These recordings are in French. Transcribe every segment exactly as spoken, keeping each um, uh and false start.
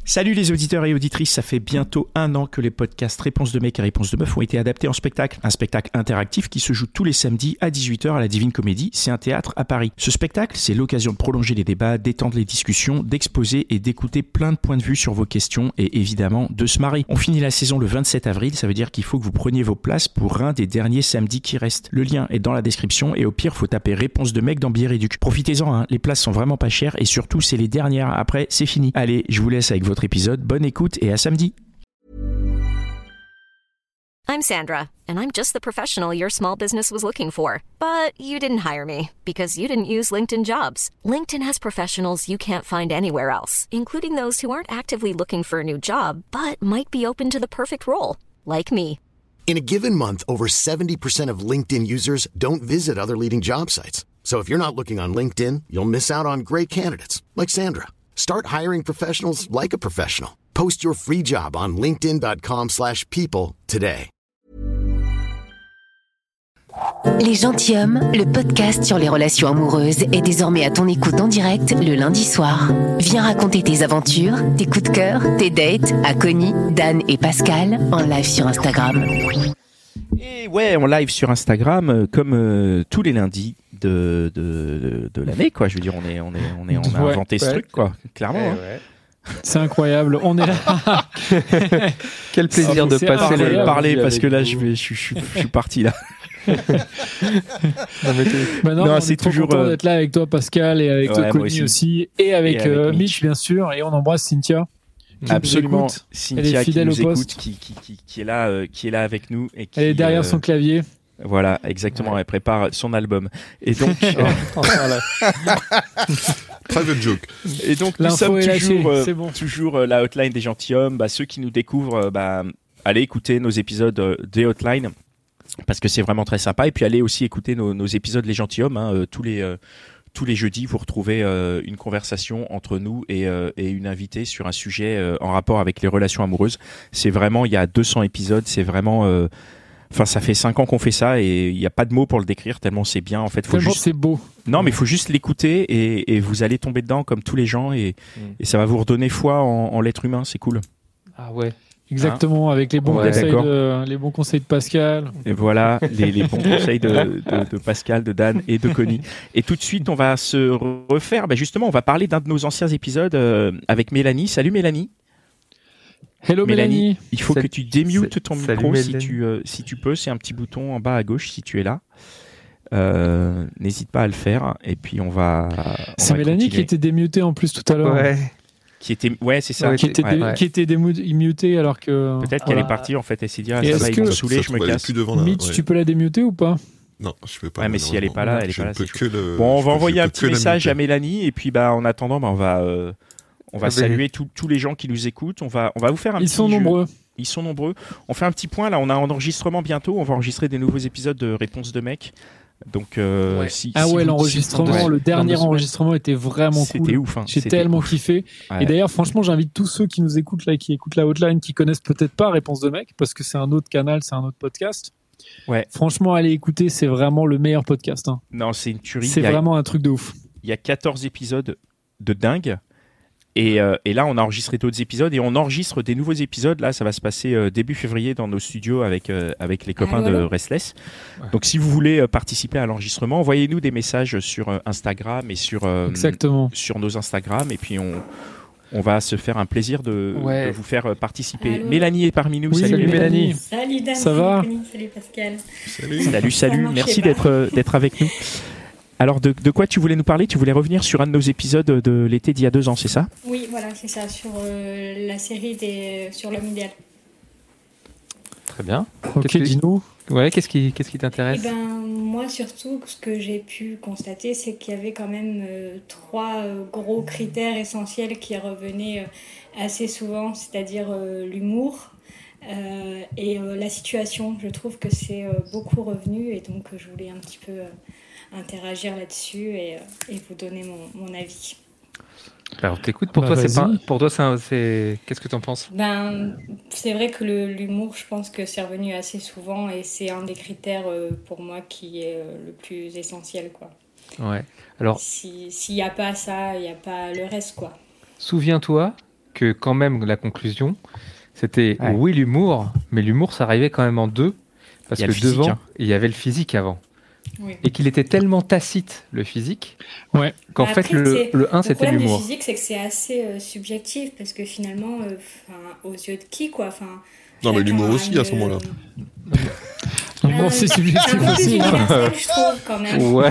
Salut les auditeurs et auditrices, ça fait bientôt un an que les podcasts Réponse de mec et Réponse de meuf ont été adaptés en spectacle. Un spectacle interactif qui se joue tous les samedis à dix-huit heures à la Divine Comédie, c'est un théâtre à Paris. Ce spectacle, c'est l'occasion de prolonger les débats, d'étendre les discussions, d'exposer et d'écouter plein de points de vue sur vos questions et évidemment de se marrer. On finit la saison le vingt-sept avril, ça veut dire qu'il faut que vous preniez vos places pour un des derniers samedis qui restent. Le lien est dans la description et au pire, faut taper Réponse de mec dans Bière-Éduc. Profitez-en, hein, les places sont vraiment pas chères et surtout, c'est les dernières. Après, c'est fini. Allez, je vous laisse avec votre épisode. Bonne écoute et à samedi. I'm Sandra, and I'm just the professional your small business was looking for. But you didn't hire me because you didn't use LinkedIn Jobs. LinkedIn has professionals you can't find anywhere else, including those who aren't actively looking for a new job, but might be open to the perfect role, like me. In a given month, over seventy percent of LinkedIn users don't visit other leading job sites. So if you're not looking on LinkedIn, you'll miss out on great candidates, like Sandra. Start hiring professionals like a professional. Post your free job on linkedin.com slash people today. Les Gentilhommes, le podcast sur les relations amoureuses, est désormais à ton écoute en direct le lundi soir. Viens raconter tes aventures, tes coups de cœur, tes dates à Connie, Dan et Pascal en live sur Instagram. Et ouais, on live sur Instagram euh, comme euh, tous les lundis de, de, de, de l'année, quoi. Je veux dire, on est, on est, on est, on a Ouais, inventé ce ouais. truc, quoi. Clairement. Eh hein. ouais. C'est incroyable, on est là. Quel plaisir Ah, de c'est passer Parlez, le incroyable. parlez, parce avec que là, vous. je, vais, je, je, je suis parti là. Non, mais t'es- Bah non, Non, on c'est est trop toujours, content euh, d'être là avec toi, Pascal, et avec Ouais, toi, moi Connie aussi. aussi. et avec, Et avec euh, Mitch. Mitch, bien sûr, et on embrasse Cynthia. qui nous Absolument. écoute. Cynthia Elle est qui fidèle nous au écoute, poste. qui, qui, qui, qui est là, euh, qui est là avec nous et qui. Elle est derrière euh, son clavier. Voilà, exactement. Ouais. Elle prépare son album. Et donc, Oh, voilà. Private joke. et donc nous L'info sommes est lâchée, toujours, euh, c'est bon. toujours euh, la hotline des gentilshommes. Bah, ceux qui nous découvrent, euh, bah, allez écouter nos épisodes euh, des hotlines parce que c'est vraiment très sympa. Et puis allez aussi écouter nos, nos épisodes les gentilshommes. Hein, euh, tous les euh, tous les jeudis, vous retrouvez euh, une conversation entre nous et, euh, et une invitée sur un sujet euh, en rapport avec les relations amoureuses. C'est vraiment, il y a deux cents épisodes. C'est vraiment euh, Enfin, ça fait cinq ans qu'on fait ça et il n'y a pas de mots pour le décrire tellement c'est bien. En fait, faut Tellement juste. c'est beau. Non, mais il faut juste l'écouter et, et vous allez tomber dedans comme tous les gens et, Mm. et ça va vous redonner foi en, en l'être humain. C'est cool. Ah ouais. Exactement, avec les bons, Ouais, conseils d'accord. de, les bons conseils de Pascal. Et voilà les, les bons conseils de, de, de Pascal, de Dan et de Connie. Et tout de suite, on va se refaire. Ben justement, on va parler d'un de nos anciens épisodes euh, avec Mélanie. Salut Mélanie. Hello Mélanie. Il faut Salut- que tu démutes ton salut, micro si Mélanie. tu, euh, si tu peux. C'est un petit bouton en bas à gauche si tu es là. Euh, N'hésite pas à le faire. Et puis on va. on C'est va Mélanie qui continuer. était démutée en plus tout à l'heure. Ouais. Qui était. Ouais, c'est ça. Ouais, Qui était, Ouais. dé- ouais. qui était dému- mutée alors que. Peut-être qu'elle Voilà. est partie en fait. Elle s'est dit ah, Et ça est-ce va, ils que- vont me Ça saouler, je se me trouve, elle est casse. plus devant là. Mitch, ouais. tu peux la démuter ou pas? Non, je peux pas. Ouais, mais si elle est pas là, elle est Je pas là, ne peux c'est que le- Bon, on je va peux- envoyer je un peux petit que la message à muter. Mélanie et puis bah en attendant, bah, on va euh, on va Ah, ben. saluer tous tous les gens qui nous écoutent. On va on va vous faire un Ils petit sont jeu. nombreux. Ils sont nombreux. On fait un petit point là. On a un enregistrement bientôt. On va enregistrer des nouveaux épisodes de Réponse de mec. Donc euh, Ouais. si Ah si ouais, vous- l'enregistrement, si vous- le dernier dans deux semaines, enregistrement était vraiment c'était cool. ouf. Hein. J'ai C'était tellement ouf. kiffé. Ouais. Et d'ailleurs, franchement, j'invite tous ceux qui nous écoutent là, qui écoutent la hotline, qui connaissent peut-être pas Réponse de mec, parce que c'est un autre canal, c'est un autre podcast. Ouais. Franchement, allez écouter, c'est vraiment le meilleur podcast. hein. Non, c'est une tuerie. C'est Il y a- vraiment un truc de ouf. il y a quatorze épisodes de dingue. Et, euh, et là, on a enregistré d'autres épisodes et on enregistre des nouveaux épisodes. Là, ça va se passer euh, début février dans nos studios avec, euh, avec les copains Ah, voilà. de Restless. Ouais. Donc, si vous voulez euh, participer à l'enregistrement, envoyez-nous des messages sur euh, Instagram et sur, euh, Exactement. sur nos Instagram. Et puis, on, on va se faire un plaisir de, Ouais. de vous faire euh, participer. Allô. Mélanie est parmi nous. Oui, Salut, salut, Mélanie. Mélanie. Salut Dan, Ça salut va Connie, salut Pascal. Salut. Salut, salut. marchait Merci pas. d'être euh, d'être avec nous. Alors, de, de quoi tu voulais nous parler? Tu voulais revenir sur un de nos épisodes de l'été d'il y a deux ans, c'est ça? Oui, voilà, c'est ça, sur euh, la série des, sur l'homme idéal. Très bien. Ok, Qu'est-ce que- dis-nous. Ouais, qu'est-ce qui, qu'est-ce qui Et t'intéresse? ben, moi surtout, ce que j'ai pu constater, c'est qu'il y avait quand même euh, trois euh, gros critères essentiels qui revenaient euh, assez souvent, c'est-à-dire euh, l'humour euh, et euh, la situation. Je trouve que c'est euh, beaucoup revenu et donc euh, je voulais un petit peu euh, interagir là-dessus et, euh, et vous donner mon, mon avis. Alors, t'écoutes. Pour Bah, toi, c'est pas. vas-y. Pour toi, c'est. un- c'est... Qu'est-ce que t'en penses? Ben, c'est vrai que le- l'humour, je pense que c'est revenu assez souvent et c'est un des critères euh, pour moi qui est euh, le plus essentiel, quoi. Ouais. Alors, Si- S'il n'y a pas ça, il n'y a pas le reste, quoi. souviens-toi que quand même la conclusion, c'était Ouais. oui l'humour, mais l'humour ça arrivait quand même en deux, parce Il y a que le physique, devant, hein. il y avait le physique avant. Oui. Et qu'il était tellement tacite, le physique, Ouais. qu'en Bah fait après, le, c'est- le un Le c'était problème du l'humour. physique, c'est que c'est assez euh, subjectif parce que finalement, euh, 'fin, aux yeux de qui, quoi. 'Fin, Non, mais chacun l'humour a aussi, à ce une- moment-là. Bon, Euh, c'est c'est subjectif un peu plus aussi. hein. universel, je trouve, quand même. Ouais.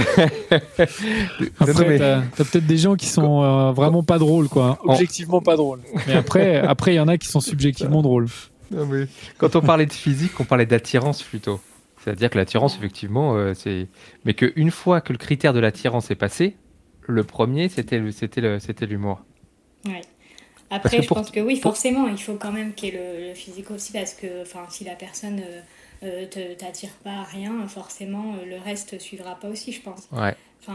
Après, Non, non, mais- t'as, t'as peut-être des gens qui sont euh, vraiment pas drôles, quoi. En- Objectivement pas drôles. Mais après, après, il y en a qui sont subjectivement drôles. Non, mais quand on parlait de physique, on parlait d'attirance plutôt. C'est-à-dire que l'attirance, effectivement, euh, c'est. Mais qu'une fois que le critère de l'attirance est passé, le premier, c'était le, c'était le, c'était l'humour. Ouais. Parce Après, que je pour- pense que oui, pour- forcément, il faut quand même qu'il y ait le, le physique aussi parce que, enfin, si la personne euh, euh, te t'attire pas à rien, forcément, euh, le reste suivra pas aussi, je pense. Ouais. Enfin,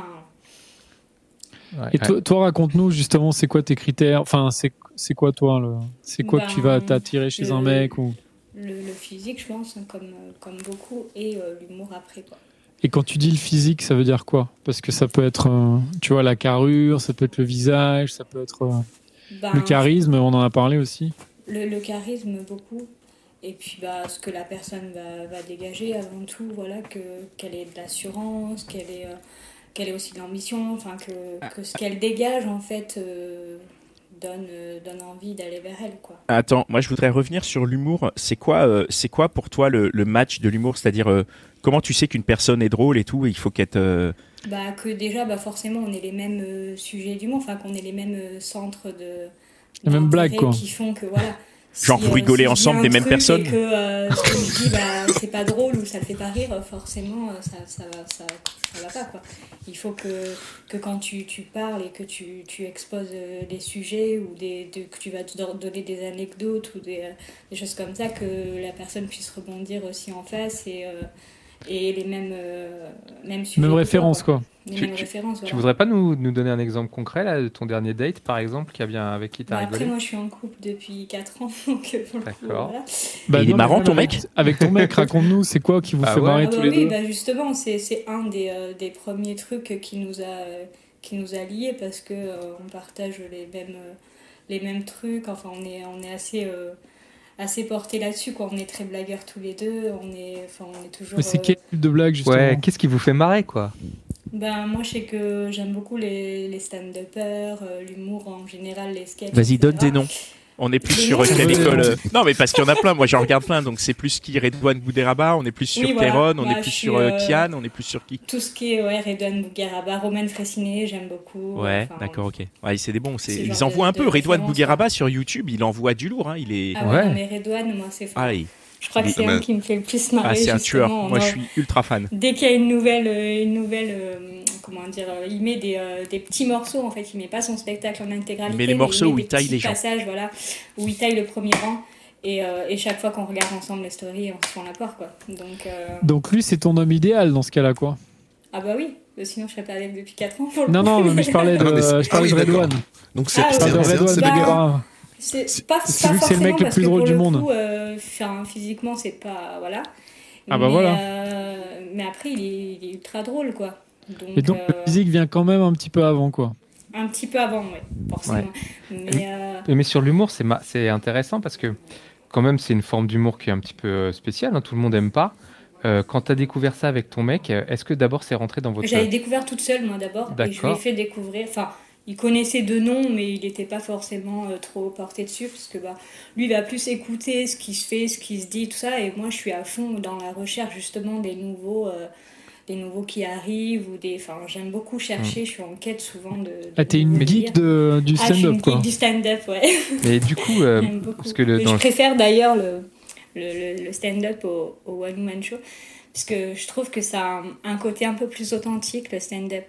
ouais, Et ouais. toi, toi, raconte-nous justement, c'est quoi tes critères? Enfin, c'est, c'est quoi toi le, c'est quoi Ben, que tu vas t'attirer chez le- un mec ou... le, le physique, je pense, comme, euh, comme beaucoup, et euh, l'humour après, quoi. Et quand tu dis le physique, ça veut dire quoi? Parce que ça peut être, euh, tu vois, la carrure, ça peut être le visage, ça peut être euh, Ben, le charisme, on en a parlé aussi. Le, le charisme, beaucoup. Et puis, bah, ce que la personne va, va dégager avant tout, voilà, que, qu'elle ait de l'assurance, qu'elle ait, euh, qu'elle ait aussi de l'ambition, enfin, que, que ce qu'elle dégage, en fait, euh, donne, euh, donne envie d'aller vers elle, quoi. Attends, moi je voudrais revenir sur l'humour. C'est quoi, euh, c'est quoi pour toi le, le match de l'humour? C'est-à-dire, euh, comment tu sais qu'une personne est drôle et tout, et il faut qu'elle te... Bah, que déjà, bah, forcément, on ait les mêmes euh, sujets d'humour, enfin, qu'on ait les mêmes euh, centres de... Les mêmes blagues, d'intérêt quoi. qui font que, voilà... Genre, vous rigolez je dis ensemble un des mêmes truc personnes. et que euh, ce que je dis, bah, c'est pas drôle ou ça le fait pas rire, forcément, euh, ça, ça, va, ça, ça va pas, quoi. Il faut que, que quand tu, tu parles et que tu, tu exposes euh, des sujets ou des, de, que tu vas te donner des anecdotes ou des, euh, des choses comme ça, que la personne puisse rebondir aussi en face et, euh, et les mêmes, euh, mêmes sujets. Même que toi, référence, quoi. Les Tu- mêmes tu- références, Tu voilà. voudrais pas nous, nous donner un exemple concret là, de ton dernier date, par exemple, qui a bien, avec qui t'as Bah, après, rigolé? moi, je suis en couple depuis quatre ans, donc euh, pour le coup, D'accord. voilà. Bah, Et il est non, marrant, mais ton avec- mec Avec ton mec, raconte-nous, c'est quoi qui vous Ah fait ouais. marrer Ah bah tous les oui, deux? bah justement, c'est, c'est un des, euh, des premiers trucs qui nous a, euh, qui nous a liés parce que euh, on partage les mêmes, euh, les mêmes trucs. Enfin, on est, on est assez, euh, assez portés là-dessus, quoi. On est très blagueurs tous les deux. On est, enfin, on est toujours. Mais c'est euh, quel type de blague, justement? Ouais, qu'est-ce qui vous fait marrer, quoi? Ben, moi, je sais que j'aime beaucoup les, les stand-uppers, euh, l'humour en général, les sketchs. Vas-y, et cetera. donne des noms. On est plus Des sur noms euh, quelle Ouais. école euh, Non, mais parce qu'il y en a plein. Moi, j'en regarde plein. Donc, c'est plus qui Redouane Bouderaba. On est plus sur Oui, voilà. Kéron. On Bah, est plus je sur suis, euh, euh, Kian. On est plus sur qui Tout ce qui est ouais, Redouane Bougueraba, Roman Fressinet, j'aime beaucoup. Ouais, Enfin, d'accord, ok. Ouais, c'est des bons. C'est... ce Ils genre envoient de- un peu. de Redouane référence, Bougueraba sur YouTube, il envoie du lourd. Hein. Il est. Ah ouais, Ouais. non, mais Redouane, moi, c'est Ah, il- Je crois que il- c'est Ah, un mais- qui me fait le plus marrer. ah, c'est un tueur. justement. Moi, On je a- suis ultra fan. Dès qu'il y a une nouvelle, euh, une nouvelle euh, comment dire, euh, il met des, euh, des petits morceaux, en fait, il met pas son spectacle en intégralité. Il met les morceaux met où des il taille petits les gens. passages, voilà, où il taille le premier rang. Et, euh, et chaque fois qu'on regarde ensemble les stories, on se fend la porte, quoi. Donc, euh, Donc lui, c'est ton homme idéal dans ce cas-là, quoi. ah bah oui, sinon je serais pas avec depuis quatre ans. Pour le Non, coup. non, mais je parlais de, Ah non, mais c'est- je parlais ah oui, de Redouane. d'accord. Donc c'est Ah, Je c'est parle un, de c'est un Redouane célèbre. Bougueraba. C'est C'est- pas, c'est pas vu que c'est le mec forcément le parce plus que drôle pour du le monde. coup, euh, enfin, physiquement, c'est pas. Voilà. Ah bah mais, voilà. euh, mais après, il est, il est ultra drôle, quoi. Donc, Et donc, euh, le physique vient quand même un petit peu avant, quoi. un petit peu avant, ouais, forcément. Ouais. Mais, euh, Mais sur l'humour, c'est, ma- c'est intéressant parce que quand même, c'est une forme d'humour qui est un petit peu euh, spéciale. Hein, tout le monde n'aime pas. Euh, quand tu as découvert ça avec ton mec, euh, est-ce que d'abord c'est rentré dans votre... j'avais découvert toute seule, moi, d'abord. Et je lui ai D'accord. fait découvrir. Enfin, il connaissait deux noms, mais il n'était pas forcément euh, trop porté dessus, parce que bah, lui, il va plus écouter ce qui se fait, ce qui se dit, tout ça. Et moi, je suis à fond dans la recherche, justement, des nouveaux. Euh, des nouveaux qui arrivent ou des enfin j'aime beaucoup chercher, je suis en quête souvent de, de Ah, t'es une nouveaux geek délires. de, du Ah, je suis stand-up, une quoi. geek du stand-up, ouais. Mais du coup, euh, J'aime beaucoup. parce que le, Mais dans je le- préfère d'ailleurs le, le, le, le stand-up au, au one-woman show, parce que je trouve que ça a un, un côté un peu plus authentique, le stand-up.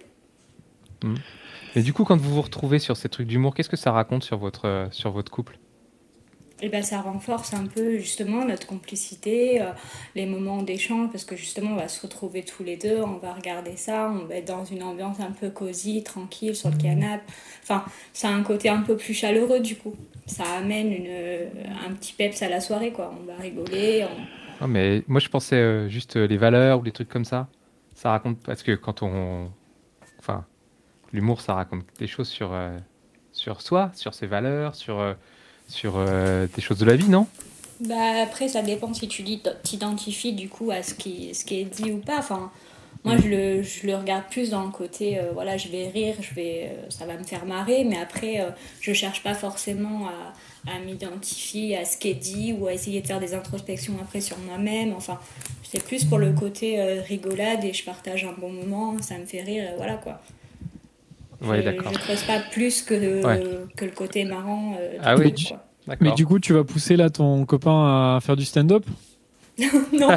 mais du coup, quand vous vous retrouvez sur ces trucs d'humour, qu'est-ce que ça raconte sur votre, euh, sur votre couple? Et ben ça renforce un peu justement notre complicité, euh, les moments d'échange, parce que justement on va se retrouver tous les deux, on va regarder ça, on va être dans une ambiance un peu cosy, tranquille sur le canapé. Enfin, ça a un côté un peu plus chaleureux du coup. Ça amène une, un petit peps à la soirée, quoi. On va rigoler. On... Non, mais moi, je pensais euh, juste euh, les valeurs ou les trucs comme ça. Ça raconte... Parce que quand on... Enfin, l'humour, ça raconte des choses sur, euh, sur soi, sur ses valeurs, sur... euh, sur euh, des choses de la vie, non? Bah après, ça dépend si tu dis, t'identifies du coup à ce qui, ce qui est dit ou pas. Enfin, moi, Mm. je, le, je le regarde plus dans le côté, euh, voilà, je vais rire, je vais, euh, ça va me faire marrer, mais après, euh, je cherche pas forcément à, à m'identifier à ce qui est dit ou à essayer de faire des introspections après sur moi-même. Enfin, c'est plus pour le côté euh, rigolade et je partage un bon moment, ça me fait rire, et voilà quoi. Ouais, je, d'accord. je creuse pas plus que, Ouais. que le côté marrant euh, du Ah oui, truc, quoi. d'accord. Mais du coup, tu vas pousser là ton copain à faire du stand-up? Non.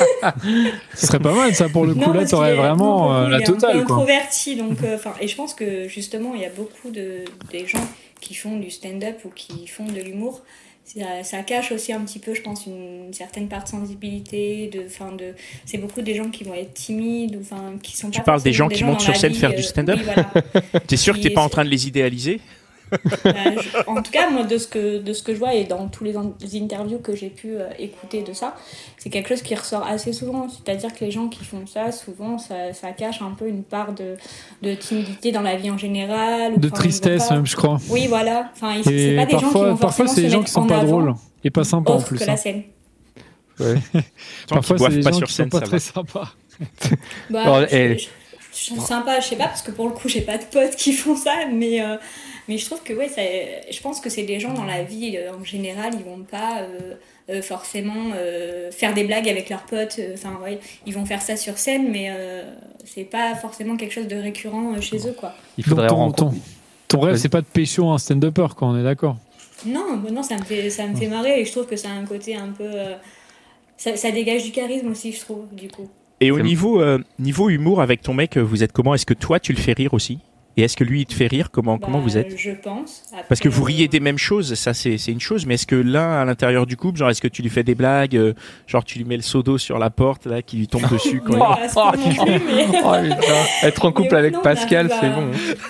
Ce serait pas mal ça pour le coup. Non, Là, parce t'aurais qu'il est- vraiment non, pour le euh, coup, la il est un peu totale quoi. introverti, donc, euh, 'fin, et je pense que justement, il y a beaucoup de des gens qui font du stand-up ou qui font de l'humour. Ça, ça cache aussi un petit peu, je pense, une, une certaine part de sensibilité. De, 'fin, de, c'est beaucoup des gens qui vont être timides ou 'fin, qui sont Tu pas parles des forcément gens qui dans montent sur la scène vie, faire euh, du stand-up? oui, voilà. T'es sûr que t'es Qui- pas en train de les idéaliser? Bah, je- en tout cas, moi, de ce, que, de ce que je vois et dans tous les, in- les interviews que j'ai pu euh, écouter de ça, c'est quelque chose qui ressort assez souvent. C'est-à-dire que les gens qui font ça, souvent, ça, ça cache un peu une part de, de timidité dans la vie en général. Ou, De enfin, ils vont tristesse pas- même, je crois. Oui, voilà. Enfin, ils- c'est Et pas des gens qui parfois, vont parfois forcément c'est se des gens mettre qui sont en pas avant drôles et pas sympas en autre plus. que hein. la scène. Ouais. Tant Parfois, qu'ils c'est boivent des pas gens sur qui scène, sont pas ça très va. sympas. Bah, Alors, je, et- je- je trouve sympa, je sais pas, parce que pour le coup, j'ai pas de potes qui font ça, mais, euh, mais je trouve que, ouais, ça, je pense que c'est des gens dans la vie, euh, en général, ils vont pas euh, euh, forcément euh, faire des blagues avec leurs potes, enfin, ouais, ils vont faire ça sur scène, mais euh, c'est pas forcément quelque chose de récurrent euh, chez eux, quoi. Il Donc faudrait ton, rencontrer. ton, ton rêve, Vas-y. c'est pas de pécho un stand-upper, quoi, on est d'accord. Non, bah non, ça me fait, ça me fait marrer, et je trouve que ça a un côté un peu... euh, ça, ça dégage du charisme aussi, je trouve, du coup. Et au C'est- niveau, euh, niveau humour, avec ton mec, vous êtes comment? Est-ce que toi, tu le fais rire aussi? Et est-ce que lui, il te fait rire? Comment, comment Bah, vous êtes? Je pense. Après, Parce que vous euh, riez des mêmes choses, ça c'est c'est une chose, mais est-ce que l'un à l'intérieur du couple, genre est-ce que tu lui fais des blagues, euh, genre tu lui mets le seau d'eau sur la porte là qui lui tombe dessus quand Non, il... pas à ce point non plus, mais... Oh, putain. Être en couple Mais oui, avec non, on Pascal, arrive c'est à- bon.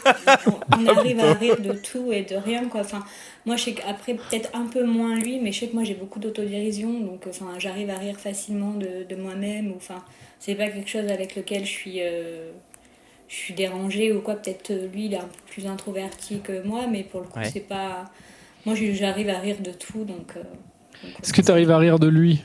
hein. on, on arrive à rire de tout et de rien, quoi. Enfin, moi, je sais qu'après, peut-être un peu moins lui, mais je sais que moi, j'ai beaucoup d'autodérision, donc enfin, j'arrive à rire facilement de, de moi-même. Ou, enfin, c'est pas quelque chose avec lequel je suis, euh, je suis dérangée ou quoi. Peut-être euh, lui, il est un peu plus introverti que moi, mais pour le coup, Ouais. c'est pas... Moi, je- j'arrive à rire de tout, donc... euh, donc, Est-ce que tu arrives à rire de lui?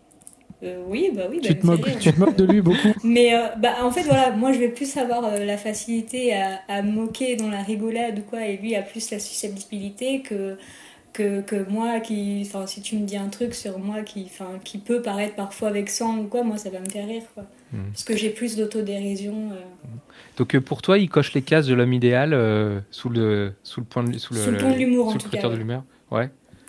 euh, Oui, bah oui. Bah, Tu il te me fait moques, rire. tu te moques de lui beaucoup? Mais euh, bah, en fait, voilà, moi je vais plus avoir euh, la facilité à, à me moquer dans la rigolade ou quoi, et lui a plus la susceptibilité que, que, que moi qui. Enfin, si tu me dis un truc sur moi qui, enfin, qui peut paraître parfois vexant ou quoi, moi ça va me faire rire, quoi. Mm. Parce que j'ai plus d'autodérision. Euh, Donc euh, pour toi, il coche les cases de l'homme idéal euh, sous le sous le point de, sous le, Sous le ton de l'humour, sous en le tout critère cas, de ouais. l'humeur. Ouais.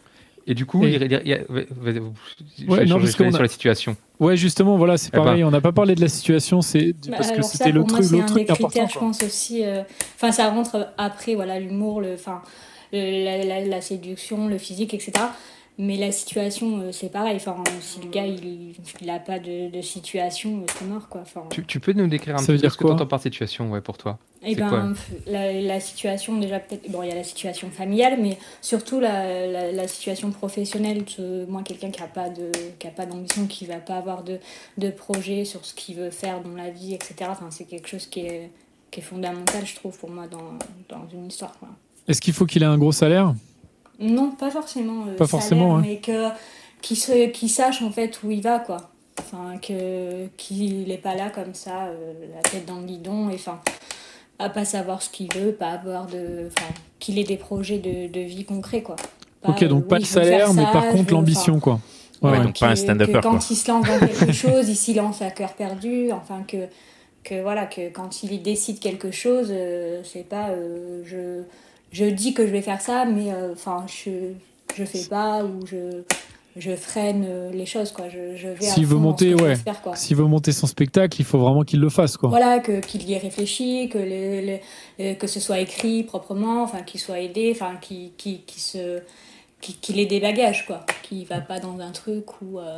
Et du coup, Et- il, il, il y a- ouais, ouais, je Ouais, vais non, changer parce qu'on sur a- la situation. Ouais, justement, voilà, c'est Eh ben. pareil. On n'a pas parlé de la situation, c'est Bah, parce que alors ça, c'était le pour moi, truc, c'est le un truc des important. critères, je quoi. pense aussi. euh, Enfin, ça rentre après, voilà, l'humour, le, enfin, le- la, la, la séduction, le physique, et cetera. Mais la situation, euh, c'est pareil. Enfin, si le gars, il n'a pas de, de situation, euh, c'est mort, quoi. Enfin, Tu, tu peux nous décrire un Ça petit veut peu dire ce que quoi tu entends par situation, ouais, pour toi? et c'est quoi ben, la, la situation, déjà, peut-être. Bon, il y a la situation familiale, mais surtout la, la, la situation professionnelle. Que, moi, quelqu'un qui n'a pas de, qui a pas d'ambition, qui ne va pas avoir de, de projet sur ce qu'il veut faire dans la vie, et cetera. Enfin, c'est quelque chose qui est, qui est fondamental, je trouve, pour moi, dans, dans une histoire, quoi. Est-ce qu'il faut qu'il ait un gros salaire? Non, pas forcément. euh, Pas forcément, salaire, hein. mais que qu'il se, qu'il sache en fait où il va, quoi. Enfin, que qu'il n'est pas là comme ça, euh, la tête dans le guidon, et enfin, à pas savoir ce qu'il veut, pas avoir de, enfin, qu'il ait des projets de, de vie concrets, quoi. Pas, Ok, donc euh, pas oui, le je veux salaire, faire mais ça, par je contre veux- l'ambition, quoi. Ouais, Ouais, ouais. donc pas un que- stand-upper, que quand quoi. il se lance dans quelque chose, il s'y lance à cœur perdu. Enfin, que, que voilà, que quand il décide quelque chose, euh, c'est pas euh, je, je dis que je vais faire ça, mais euh, enfin, je, je fais pas ou je, je freine euh, les choses, quoi. Je, je vais à S'il veut fond dans monter, ce que je ouais. veux faire, quoi. S'il veut monter son spectacle, il faut vraiment qu'il le fasse, quoi. Voilà, que, qu'il y ait réfléchi, que, les, les- euh, que ce soit écrit proprement, enfin, qu'il soit aidé, enfin, qu'il, qu'il, qu'il, se, qu'il, qu'il ait des bagages, quoi. Qu'il va pas dans un truc où... euh,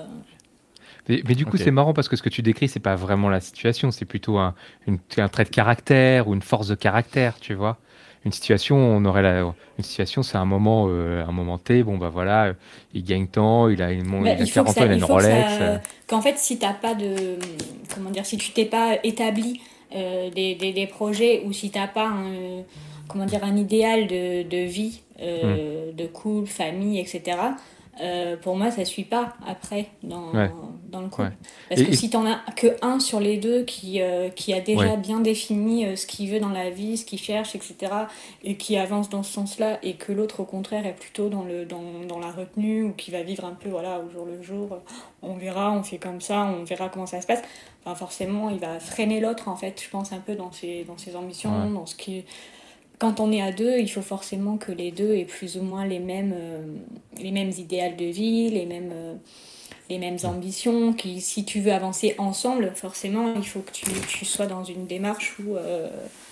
Mais, mais du coup, Ok. c'est marrant parce que ce que tu décris, c'est pas vraiment la situation, c'est plutôt un, une- un trait de caractère ou une force de caractère, tu vois. Une situation, on aurait la, une situation, c'est un moment, euh, un moment T. Bon bah voilà, euh, il gagne tant, il a une, bon, Bah, il a il faut que quarante ça- ans, il a il une faut que ça- Rolex. euh. Qu'en fait, si t'as pas de, comment dire, si tu t'es pas établi euh, des, des, des projets ou si t'as pas un, comment dire, un idéal de, de vie, euh, mmh. de couple, famille, et cetera. Euh, pour moi, ça ne suit pas après dans, ouais. dans le couple. Ouais. Parce et, que et... si tu n'en as qu'un sur les deux qui, euh, qui a déjà ouais. bien défini euh, ce qu'il veut dans la vie, ce qu'il cherche, et cetera, et qui avance dans ce sens-là, et que l'autre, au contraire, est plutôt dans, le, dans, dans la retenue, ou qui va vivre un peu voilà, au jour le jour, on verra, on fait comme ça, on verra comment ça se passe. Enfin, forcément, il va freiner l'autre, en fait, je pense, un peu dans ses, dans ses ambitions, ouais. dans ce qui... Quand on est à deux, il faut forcément que les deux aient plus ou moins les mêmes, euh, les mêmes idéals de vie, les mêmes, euh, les mêmes ambitions. Qui, si tu veux avancer ensemble, forcément, il faut que tu, tu sois dans une démarche où, euh,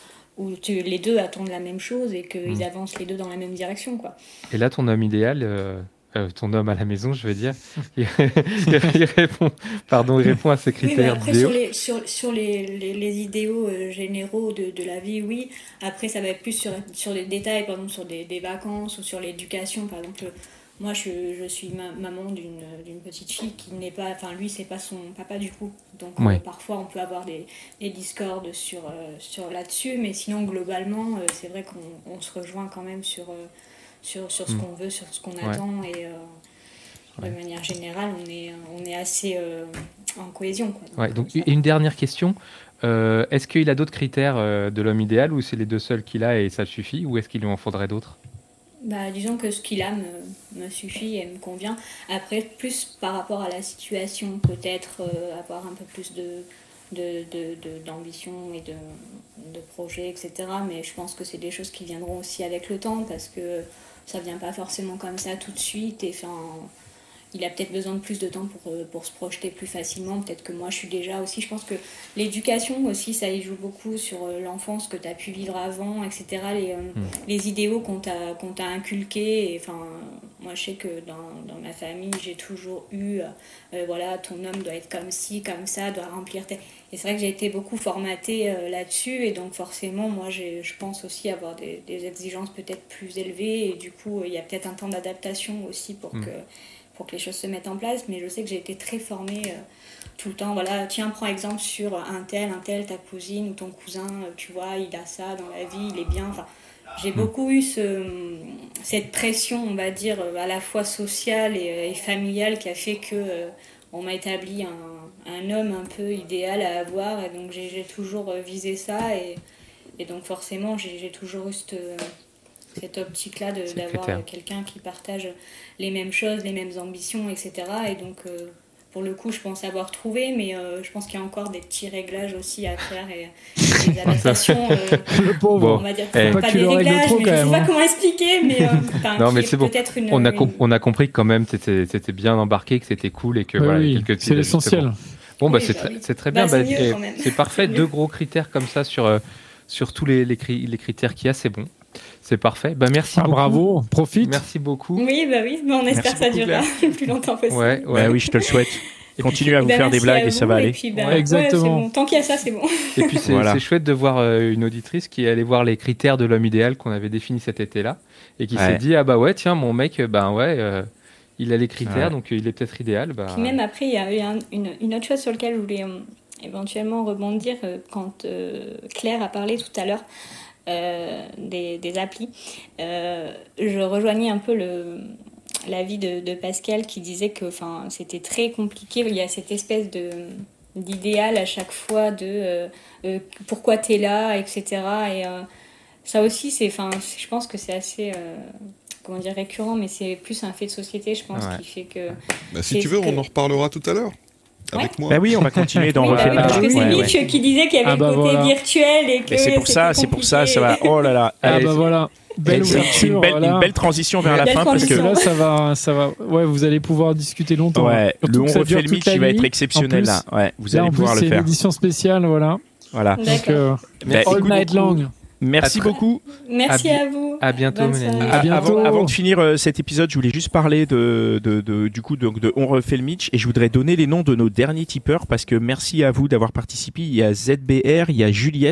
où tu, les deux attendent la même chose et qu'ils mmh. avancent les deux dans la même direction, quoi. Et là, ton homme idéal, euh, euh, ton homme à la maison, je veux dire, il, il, répond, pardon, il répond à ces critères. Oui, après, sur les, sur, sur les, les, les idéaux euh, généraux de, de la vie, oui. Après, ça va être plus sur, sur les détails, par exemple sur des, des vacances ou sur l'éducation. Par exemple, moi, je, je suis ma, maman d'une, d'une petite fille qui n'est pas... Enfin, lui, c'est pas son papa du coup. Donc, ouais. euh, parfois, on peut avoir des, des discordes sur, euh, sur là-dessus. Mais sinon, globalement, euh, c'est vrai qu'on on se rejoint quand même sur... Euh, Sur, sur ce mmh. qu'on veut, sur ce qu'on attend ouais. et euh, ouais. de manière générale on est, on est assez euh, en cohésion, quoi. Donc, ouais, donc une dernière question, euh, est-ce qu'il a d'autres critères euh, de l'homme idéal ou c'est les deux seuls qu'il a et ça suffit ou est-ce qu'il lui en faudrait d'autres? Bah, disons que ce qu'il a me, me suffit et me convient. Après, plus par rapport à la situation, peut-être euh, avoir un peu plus de De, de, de, d'ambition et de, de projets, et cetera. Mais je pense que c'est des choses qui viendront aussi avec le temps parce que ça ne vient pas forcément comme ça tout de suite. Et, enfin, il a peut-être besoin de plus de temps pour, pour se projeter plus facilement. Peut-être que moi, je suis déjà aussi... Je pense que l'éducation aussi, ça y joue beaucoup sur l'enfance que tu as pu vivre avant, et cetera. Les, mmh. les idéaux qu'on t'a, qu'on t'a inculqués. Et, enfin, moi, je sais que dans, dans ma famille, j'ai toujours eu... Euh, voilà, ton homme doit être comme ci, comme ça, doit remplir... Tes... Et c'est vrai que j'ai été beaucoup formatée euh, là-dessus. Et donc, forcément, moi, j'ai, je pense aussi avoir des, des exigences peut-être plus élevées. Et du coup, il y a peut-être un temps d'adaptation aussi pour mmh. que... pour que les choses se mettent en place, mais je sais que j'ai été très formée euh, tout le temps. Voilà, tiens, prends exemple sur un tel, un tel, ta cousine ou ton cousin, euh, tu vois, il a ça dans la vie, il est bien. Enfin, j'ai mmh. beaucoup eu ce, cette pression, on va dire, à la fois sociale et, et familiale qui a fait que euh, on m'a établi un, un homme un peu idéal à avoir, et donc j'ai, j'ai toujours visé ça, et, et donc forcément j'ai, j'ai toujours eu cette... cette optique-là de, d'avoir critères. Quelqu'un qui partage les mêmes choses, les mêmes ambitions, et cetera. Et donc, euh, pour le coup, je pense avoir trouvé, mais euh, je pense qu'il y a encore des petits réglages aussi à faire et, et des adaptations. Euh, le pauvre. On va dire eh, pas, pas des réglages, trop, mais je ne sais même, pas hein. comment expliquer. Mais, euh, non, mais c'est bon. Une, on, a une... com- on a compris que quand même, c'était, c'était bien embarqué, que c'était cool et que oui, voilà, oui, quelques c'est l'essentiel. Bon, bah, oui, c'est, bah, très, oui. c'est très bah, bien. C'est, bah, et, c'est parfait. C'est Deux gros critères comme ça sur, euh, sur tous les, les, cri- les critères qu'il y a, c'est bon. C'est parfait. Bah, merci ah, beaucoup. Bravo, profite. Merci beaucoup. Oui, bah oui, bah, on espère que ça durera le plus longtemps possible. Ouais, ouais. Bah oui, je te le souhaite. Continue à vous bah, faire des blagues et ça va aller. Puis, bah, ouais, exactement. Ouais, bon. Tant qu'il y a ça, c'est bon. Et puis c'est, voilà. c'est chouette de voir euh, une auditrice qui est allée voir les critères de l'homme idéal qu'on avait définis cet été-là et qui ouais. s'est dit ah bah ouais tiens mon mec ben ouais euh, il a les critères ouais. donc euh, il est peut-être idéal. Bah... Puis même après il y a eu un, une, une autre chose sur laquelle je voulais euh, éventuellement rebondir euh, quand euh, Claire a parlé tout à l'heure euh, des, des applis. Euh, je rejoignais un peu le l'avis de, de Pascal qui disait que c'était très compliqué. Il y a cette espèce de, d'idéal à chaque fois de euh, euh, pourquoi t'es là, et cetera. Et euh, ça aussi, c'est, je pense que c'est assez euh, comment dire, récurrent, mais c'est plus un fait de société, je pense, ouais. qui fait que... Bah, si tu veux, que... on en reparlera tout à l'heure. Avec ouais. moi. Bah oui, on va continuer dans oui, bah oui, parce que c'est ouais, Mitch ouais. qui disait qu'il y avait ah bah le côté voilà. virtuel et que mais c'est pour ça, c'est pour ça, ça va. Oh là là. Ah Allez, bah voilà. Belle c'est ouverture, une belle, voilà. une belle transition vers la belle fin parce que là ça va, ça va. Ouais, vous allez pouvoir discuter longtemps. Ouais, le on refait le Mitch, il va être exceptionnel là. Ouais, vous là, allez en pouvoir plus, le c'est faire. une édition spéciale, voilà. Voilà. Donc euh, bah, all night long. Merci à beaucoup. Merci à, à vous. À bientôt, Mélanie. À bientôt. Avant, avant de finir euh, cet épisode, je voulais juste parler de, de, de du coup de, de On refait le Mitch et je voudrais donner les noms de nos derniers tipeurs parce que merci à vous d'avoir participé. Il y a Z B R, il y a Juliette,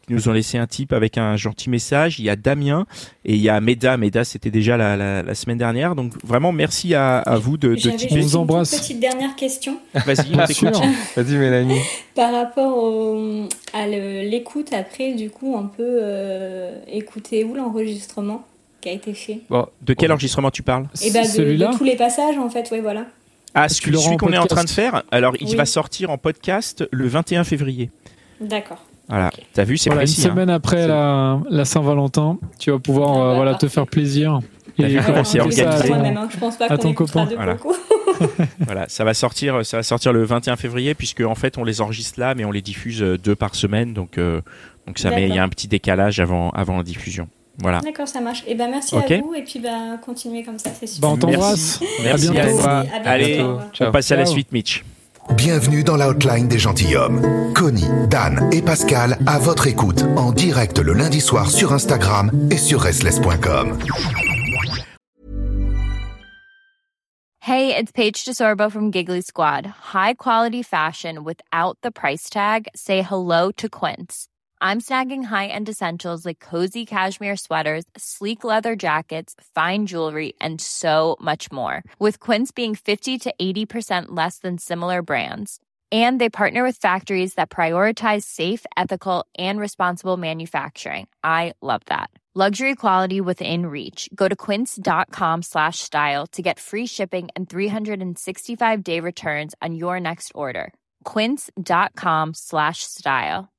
qui nous ont laissé un tip avec un gentil message. Il y a Damien et il y a Meda. Meda, c'était déjà la, la, la semaine dernière. Donc vraiment, merci à, à vous de, de J'avais tiper. juste une toute petite dernière question. Vas-y, on t'écoute. Vas-y, Mélanie. Par rapport au, à le, l'écoute, après, du coup, on peut euh, écouter où l'enregistrement qui a été fait. Bon, de quel enregistrement tu parles? Et bah, de, Celui-là de tous les passages, en fait, ouais, voilà. Ah, celui, celui qu'on est en train de faire, alors il oui. va sortir en podcast le vingt et un février. D'accord. Voilà, okay. T'as vu, c'est voilà, précis. Une semaine hein. après la, la Saint-Valentin, tu vas pouvoir ah, bah, euh, voilà, te faire plaisir. T'as vu comment c'est organisé. Moi-même, hein. Je pense pas à qu'on écoutera de voilà. beaucoup. Voilà, ça va sortir, ça va sortir le vingt et un février puisque en fait on les enregistre là, mais on les diffuse deux par semaine, donc euh, donc ça met, il y a un petit décalage avant avant la diffusion. Voilà. D'accord, ça marche. Et ben merci okay. à vous et puis bah continuez comme ça, c'est super. Bah, on t'embrasse. Merci, merci à, bientôt. à, à Allez, bientôt. on passe à Ciao. la suite, Mitch. Bienvenue dans la hotline des gentilshommes. Connie, Dan et Pascal à votre écoute en direct le lundi soir sur Instagram et sur restless point com. Hey, it's Paige DeSorbo from Giggly Squad. High quality fashion without the price tag. Say hello to Quince. I'm snagging high-end essentials like cozy cashmere sweaters, sleek leather jackets, fine jewelry, and so much more. With Quince being fifty to eighty percent less than similar brands. And they partner with factories that prioritize safe, ethical, and responsible manufacturing. I love that. Luxury quality within reach. Go to quince.com slash style to get free shipping and three sixty-five day returns on your next order. Quince.com slash style.